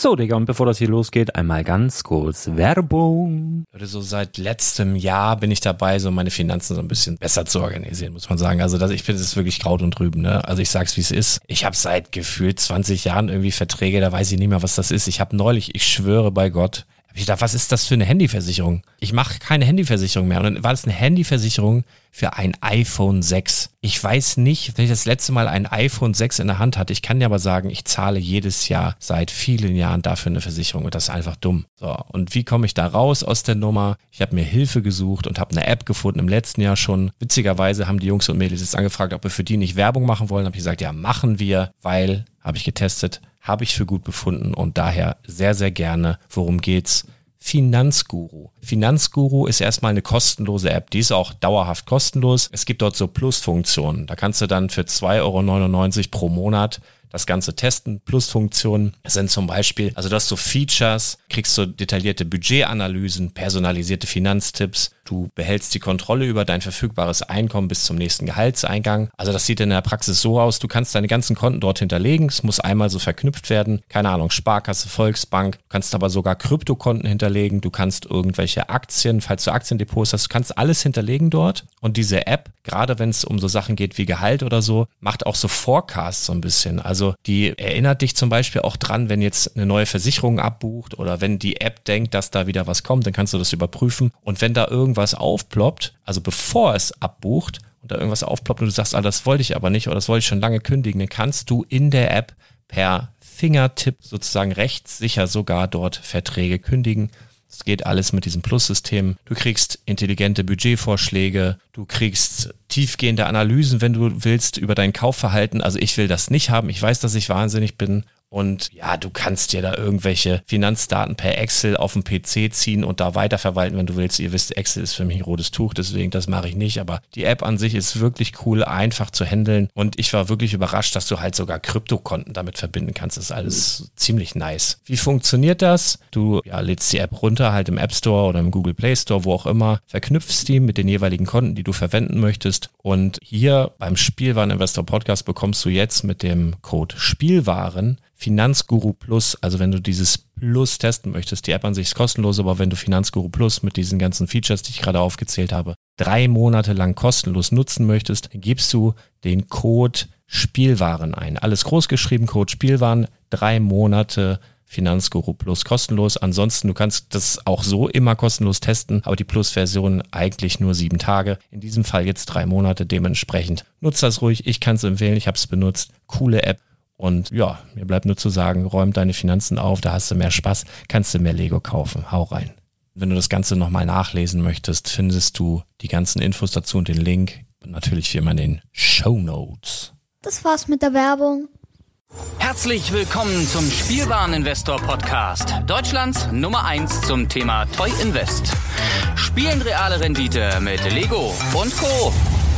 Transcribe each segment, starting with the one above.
So, Digga, und bevor das hier losgeht, einmal ganz kurz Werbung. So seit letztem Jahr bin ich dabei, so meine Finanzen so ein bisschen besser zu organisieren, muss man sagen. Also ich finde, das ist wirklich Kraut und Rüben, ne? Also ich sag's, wie es ist. Ich habe seit gefühlt 20 Jahren irgendwie Verträge, da weiß ich nicht mehr, was das ist. Ich habe neulich, ich schwöre bei Gott, ich dachte, was ist das für eine Handyversicherung? Ich mache keine Handyversicherung mehr. Und dann war das eine Handyversicherung für ein iPhone 6. Ich weiß nicht, wenn ich das letzte Mal ein iPhone 6 in der Hand hatte. Ich kann dir aber sagen, ich zahle jedes Jahr seit vielen Jahren dafür eine Versicherung. Und das ist einfach dumm. So, und wie komme ich da raus aus der Nummer? Ich habe mir Hilfe gesucht und habe eine App gefunden im letzten Jahr schon. Witzigerweise haben die Jungs und Mädels jetzt angefragt, ob wir für die nicht Werbung machen wollen. Habe ich gesagt, ja, machen wir, weil, habe ich getestet, habe ich für gut befunden und daher sehr, sehr gerne. Worum geht's? Finanzguru. Finanzguru ist erstmal eine kostenlose App. Die ist auch dauerhaft kostenlos. Es gibt dort so Plusfunktionen. Da kannst du dann für 2,99 € pro Monat das Ganze testen. Plusfunktionen sind zum Beispiel, also du hast so Features, kriegst so detaillierte Budgetanalysen, personalisierte Finanztipps, du behältst die Kontrolle über dein verfügbares Einkommen bis zum nächsten Gehaltseingang. Also das sieht in der Praxis so aus, du kannst deine ganzen Konten dort hinterlegen, es muss einmal so verknüpft werden, keine Ahnung, Sparkasse, Volksbank, du kannst aber sogar Kryptokonten hinterlegen, du kannst irgendwelche Aktien, falls du Aktiendepots hast, du kannst alles hinterlegen dort und diese App, gerade wenn es um so Sachen geht wie Gehalt oder so, macht auch so Forecasts so ein bisschen, also die erinnert dich zum Beispiel auch dran, wenn jetzt eine neue Versicherung abbucht oder wenn die App denkt, dass da wieder was kommt, dann kannst du das überprüfen und wenn da irgendwas aufploppt, also bevor es abbucht und da irgendwas aufploppt und du sagst, das wollte ich aber nicht oder das wollte ich schon lange kündigen, dann kannst du in der App per Fingertipp sozusagen rechtssicher sogar dort Verträge kündigen. Das geht alles mit diesem Plus-System. Du kriegst intelligente Budgetvorschläge, du kriegst tiefgehende Analysen, wenn du willst, über dein Kaufverhalten. Also ich will das nicht haben. Ich weiß, dass ich wahnsinnig bin. Und ja, du kannst dir da irgendwelche Finanzdaten per Excel auf dem PC ziehen und da weiterverwalten, wenn du willst. Ihr wisst, Excel ist für mich ein rotes Tuch, deswegen das mache ich nicht. Aber die App an sich ist wirklich cool, einfach zu handeln. Und ich war wirklich überrascht, dass du halt sogar Kryptokonten damit verbinden kannst. Das ist alles ziemlich nice. Wie funktioniert das? Du lädst die App runter, halt im App Store oder im Google Play Store, wo auch immer, verknüpfst die mit den jeweiligen Konten, die du verwenden möchtest. Und hier beim Spielwareninvestor Podcast bekommst du jetzt mit dem Code Spielwaren Finanzguru Plus, also wenn du dieses Plus testen möchtest, die App an sich ist kostenlos, aber wenn du Finanzguru Plus mit diesen ganzen Features, die ich gerade aufgezählt habe, 3 Monate lang kostenlos nutzen möchtest, dann gibst du den Code Spielwaren ein. Alles groß geschrieben, Code Spielwaren, 3 Monate Finanzguru Plus kostenlos. Ansonsten, du kannst das auch so immer kostenlos testen, aber die Plus-Version eigentlich nur 7 Tage. In diesem Fall jetzt 3 Monate, dementsprechend nutzt das ruhig. Ich kann es empfehlen, ich habe es benutzt. Coole App. Und ja, mir bleibt nur zu sagen, räum deine Finanzen auf, da hast du mehr Spaß, kannst du mehr Lego kaufen. Hau rein. Wenn du das Ganze nochmal nachlesen möchtest, findest du die ganzen Infos dazu und den Link. Und natürlich wie immer in den Shownotes. Das war's mit der Werbung. Herzlich willkommen zum Spielwareninvestor Podcast. Deutschlands Nummer 1 zum Thema Toy Invest. Spielen reale Rendite mit Lego und Co.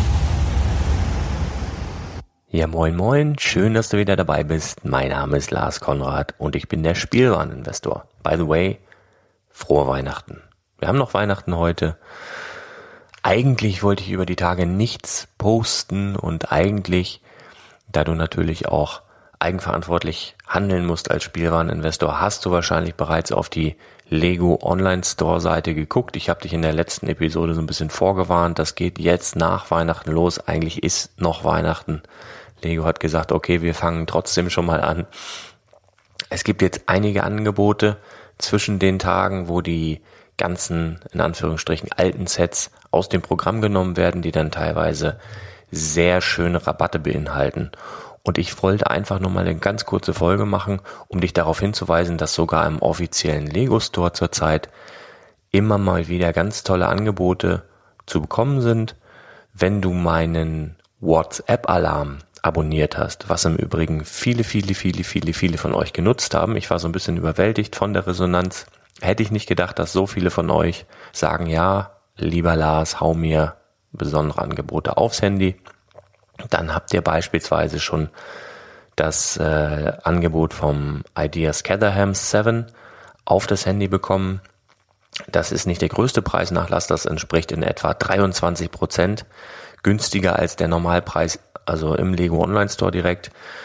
Ja, moin moin, schön, dass du wieder dabei bist. Mein Name ist Lars Konrad und ich bin der Spielwareninvestor. By the way, frohe Weihnachten. Wir haben noch Weihnachten heute. Eigentlich wollte ich über die Tage nichts posten und eigentlich, da du natürlich auch eigenverantwortlich handeln musst als Spielwareninvestor, hast du wahrscheinlich bereits auf die Lego Online Store Seite geguckt. Ich habe dich in der letzten Episode so ein bisschen vorgewarnt. Das geht jetzt nach Weihnachten los. Eigentlich ist noch Weihnachten. Lego hat gesagt, okay, wir fangen trotzdem schon mal an. Es gibt jetzt einige Angebote zwischen den Tagen, wo die ganzen, in Anführungsstrichen, alten Sets aus dem Programm genommen werden, die dann teilweise sehr schöne Rabatte beinhalten. Und ich wollte einfach nur mal eine ganz kurze Folge machen, um dich darauf hinzuweisen, dass sogar im offiziellen Lego Store zurzeit immer mal wieder ganz tolle Angebote zu bekommen sind, wenn du meinen WhatsApp-Alarm abonniert hast, was im Übrigen viele von euch genutzt haben. Ich war so ein bisschen überwältigt von der Resonanz. Hätte ich nicht gedacht, dass so viele von euch sagen, ja, lieber Lars, hau mir besondere Angebote aufs Handy. Dann habt ihr beispielsweise schon das Angebot vom Ideas Caterhams 7 auf das Handy bekommen. Das ist nicht der größte Preisnachlass, das entspricht in etwa 23% günstiger als der Normalpreis, also im Lego Online Store direkt.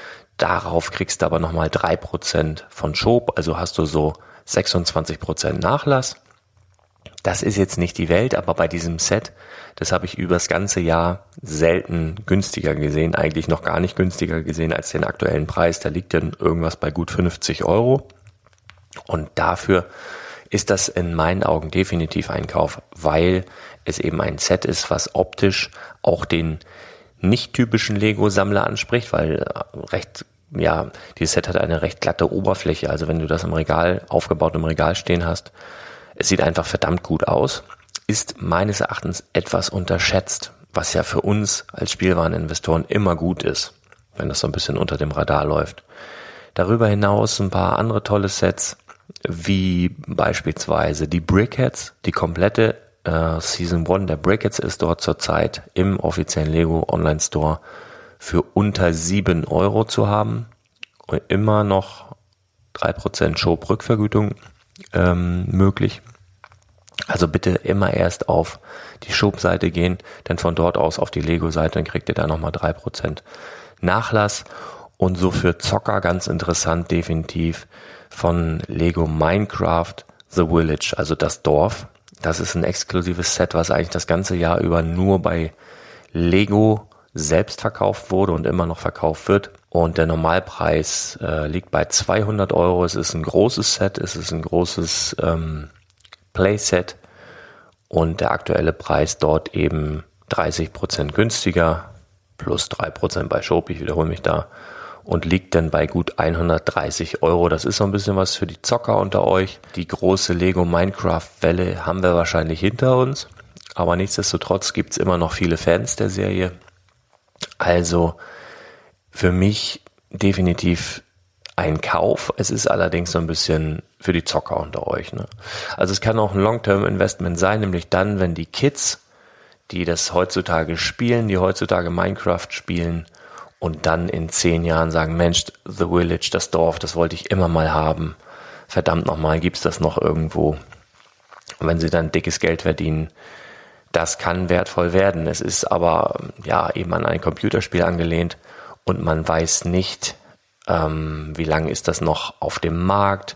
darauf kriegst du aber nochmal 3% von Schob, also hast du so 26% Nachlass. Das ist jetzt nicht die Welt, aber bei diesem Set, das habe ich über das ganze Jahr selten günstiger gesehen, eigentlich noch gar nicht günstiger gesehen als den aktuellen Preis. Da liegt dann irgendwas bei gut 50 Euro. Und dafür ist das in meinen Augen definitiv ein Kauf, weil es eben ein Set ist, was optisch auch den nicht typischen Lego-Sammler anspricht, weil dieses Set hat eine recht glatte Oberfläche. Also wenn du das im Regal, aufgebaut im Regal stehen hast, es sieht einfach verdammt gut aus, ist meines Erachtens etwas unterschätzt, was ja für uns als Spielwareninvestoren immer gut ist, wenn das so ein bisschen unter dem Radar läuft. Darüber hinaus ein paar andere tolle Sets, wie beispielsweise die Brickheads. Die komplette Season 1 der Brickheads ist dort zurzeit im offiziellen Lego Online Store für unter 7 Euro zu haben. Und immer noch 3% Schob-Rückvergütung möglich. Also bitte immer erst auf die Schob-Seite gehen, denn von dort aus auf die Lego-Seite, dann kriegt ihr da nochmal 3% Nachlass. Und so für Zocker ganz interessant definitiv von Lego Minecraft The Village, also das Dorf. Das ist ein exklusives Set, was eigentlich das ganze Jahr über nur bei Lego selbst verkauft wurde und immer noch verkauft wird. Und der Normalpreis liegt bei 200 Euro. Es ist ein großes Set, es ist ein großes Playset und der aktuelle Preis dort eben 30% günstiger, plus 3% bei Schob, ich wiederhole mich da, und liegt dann bei gut 130 Euro. Das ist so ein bisschen was für die Zocker unter euch. Die große Lego Minecraft-Welle haben wir wahrscheinlich hinter uns, aber nichtsdestotrotz gibt es immer noch viele Fans der Serie. Also für mich definitiv ein Kauf. Es ist allerdings so ein bisschen für die Zocker unter euch, ne? Also es kann auch ein Long-Term-Investment sein, nämlich dann, wenn die Kids, die das heutzutage spielen, die heutzutage Minecraft spielen und dann in 10 Jahren sagen, Mensch, The Village, das Dorf, das wollte ich immer mal haben. Verdammt nochmal, gibt's das noch irgendwo? Und wenn sie dann dickes Geld verdienen, das kann wertvoll werden. Es ist aber ja eben an ein Computerspiel angelehnt und man weiß nicht, wie lange ist das noch auf dem Markt.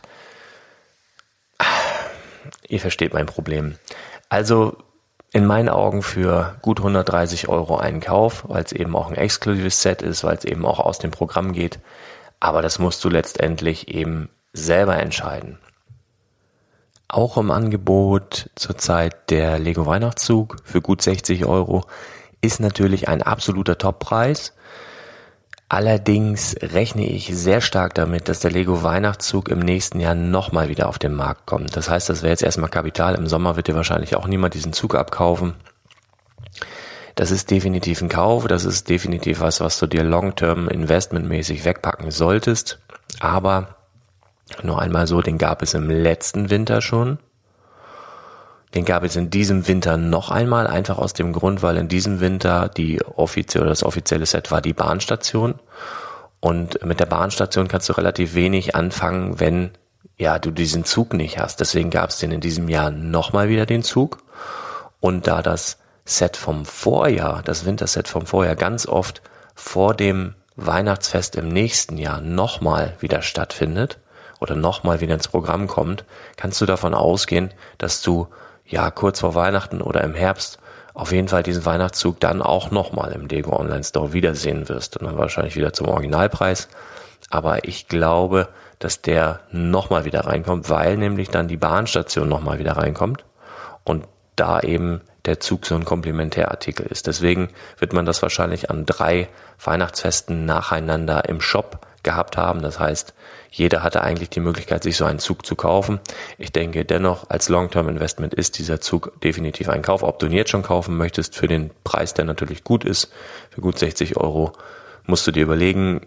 Ihr versteht mein Problem. Also in meinen Augen für gut 130 Euro einen Kauf, weil es eben auch ein exklusives Set ist, weil es eben auch aus dem Programm geht. Aber das musst du letztendlich eben selber entscheiden. Auch im Angebot zurzeit der Lego Weihnachtszug für gut 60 Euro ist natürlich ein absoluter Toppreis. Allerdings rechne ich sehr stark damit, dass der Lego Weihnachtszug im nächsten Jahr nochmal wieder auf den Markt kommt. Das heißt, das wäre jetzt erstmal Kapital. Im Sommer wird dir wahrscheinlich auch niemand diesen Zug abkaufen. Das ist definitiv ein Kauf. Das ist definitiv was du dir long-term investmentmäßig wegpacken solltest. Aber nur einmal so, den gab es im letzten Winter schon. Den gab es in diesem Winter noch einmal, einfach aus dem Grund, weil in diesem Winter das offizielle Set war die Bahnstation. Und mit der Bahnstation kannst du relativ wenig anfangen, wenn du diesen Zug nicht hast. Deswegen gab es den in diesem Jahr nochmal wieder den Zug. Und da das Set vom Vorjahr, das Winterset vom Vorjahr ganz oft vor dem Weihnachtsfest im nächsten Jahr nochmal wieder stattfindet oder nochmal wieder ins Programm kommt, kannst du davon ausgehen, dass du kurz vor Weihnachten oder im Herbst auf jeden Fall diesen Weihnachtszug dann auch nochmal im Lego Online Store wiedersehen wirst. Und dann wahrscheinlich wieder zum Originalpreis. Aber ich glaube, dass der nochmal wieder reinkommt, weil nämlich dann die Bahnstation nochmal wieder reinkommt und da eben der Zug so ein Komplementärartikel ist. Deswegen wird man das wahrscheinlich an 3 Weihnachtsfesten nacheinander im Shop gehabt haben. Das heißt, jeder hatte eigentlich die Möglichkeit, sich so einen Zug zu kaufen. Ich denke dennoch, als Long-Term-Investment ist dieser Zug definitiv ein Kauf. Ob du ihn jetzt schon kaufen möchtest, für den Preis, der natürlich gut ist, für gut 60 Euro, musst du dir überlegen.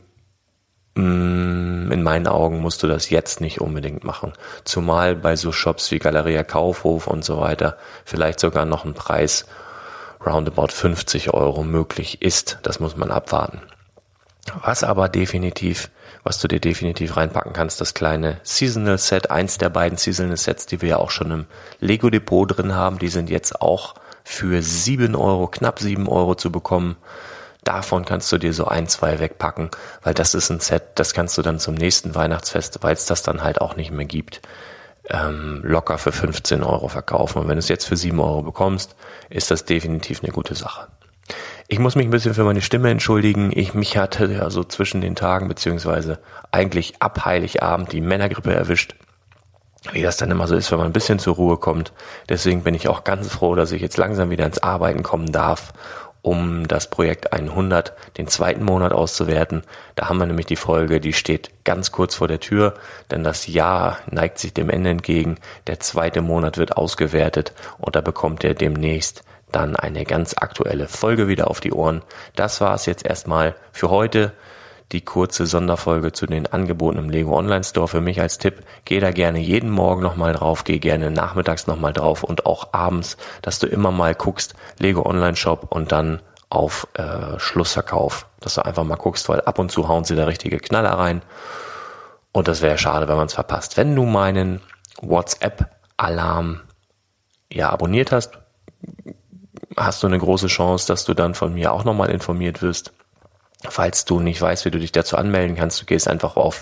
In meinen Augen musst du das jetzt nicht unbedingt machen. Zumal bei so Shops wie Galeria Kaufhof und so weiter vielleicht sogar noch ein Preis roundabout 50 Euro möglich ist. Das muss man abwarten. Was du dir definitiv reinpacken kannst, das kleine Seasonal Set, eins der beiden Seasonal Sets, die wir ja auch schon im Lego Depot drin haben, die sind jetzt auch für 7 Euro, knapp 7 Euro zu bekommen. Davon kannst du dir so 1, 2 wegpacken, weil das ist ein Set, das kannst du dann zum nächsten Weihnachtsfest, weil es das dann halt auch nicht mehr gibt, locker für 15 € verkaufen. Und wenn du es jetzt für 7 € bekommst, ist das definitiv eine gute Sache. Ich muss mich ein bisschen für meine Stimme entschuldigen. Mich hatte ja so zwischen den Tagen, beziehungsweise eigentlich ab Heiligabend die Männergrippe erwischt. Wie das dann immer so ist, wenn man ein bisschen zur Ruhe kommt. Deswegen bin ich auch ganz froh, dass ich jetzt langsam wieder ins Arbeiten kommen darf, um das Projekt 100, den 2. Monat auszuwerten. Da haben wir nämlich die Folge, die steht ganz kurz vor der Tür, denn das Jahr neigt sich dem Ende entgegen. Der 2. Monat wird ausgewertet und da bekommt ihr demnächst dann eine ganz aktuelle Folge wieder auf die Ohren. Das war es jetzt erstmal für heute. Die kurze Sonderfolge zu den Angeboten im Lego Online Store. Für mich als Tipp, geh da gerne jeden Morgen nochmal drauf, geh gerne nachmittags nochmal drauf und auch abends, dass du immer mal guckst, Lego Online Shop und dann auf Schlussverkauf, dass du einfach mal guckst, weil ab und zu hauen sie da richtige Knaller rein und das wäre schade, wenn man es verpasst. Wenn du meinen WhatsApp-Alarm abonniert hast, hast du eine große Chance, dass du dann von mir auch nochmal informiert wirst. Falls du nicht weißt, wie du dich dazu anmelden kannst, du gehst einfach auf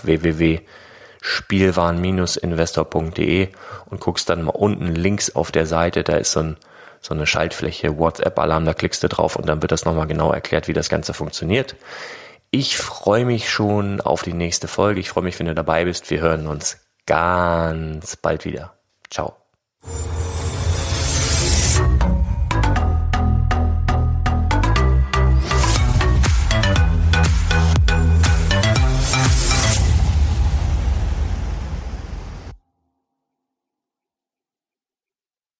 www.spielwaren-investor.de und guckst dann mal unten links auf der Seite, da ist so eine Schaltfläche WhatsApp-Alarm, da klickst du drauf und dann wird das nochmal genau erklärt, wie das Ganze funktioniert. Ich freue mich schon auf die nächste Folge, ich freue mich, wenn du dabei bist, wir hören uns ganz bald wieder. Ciao.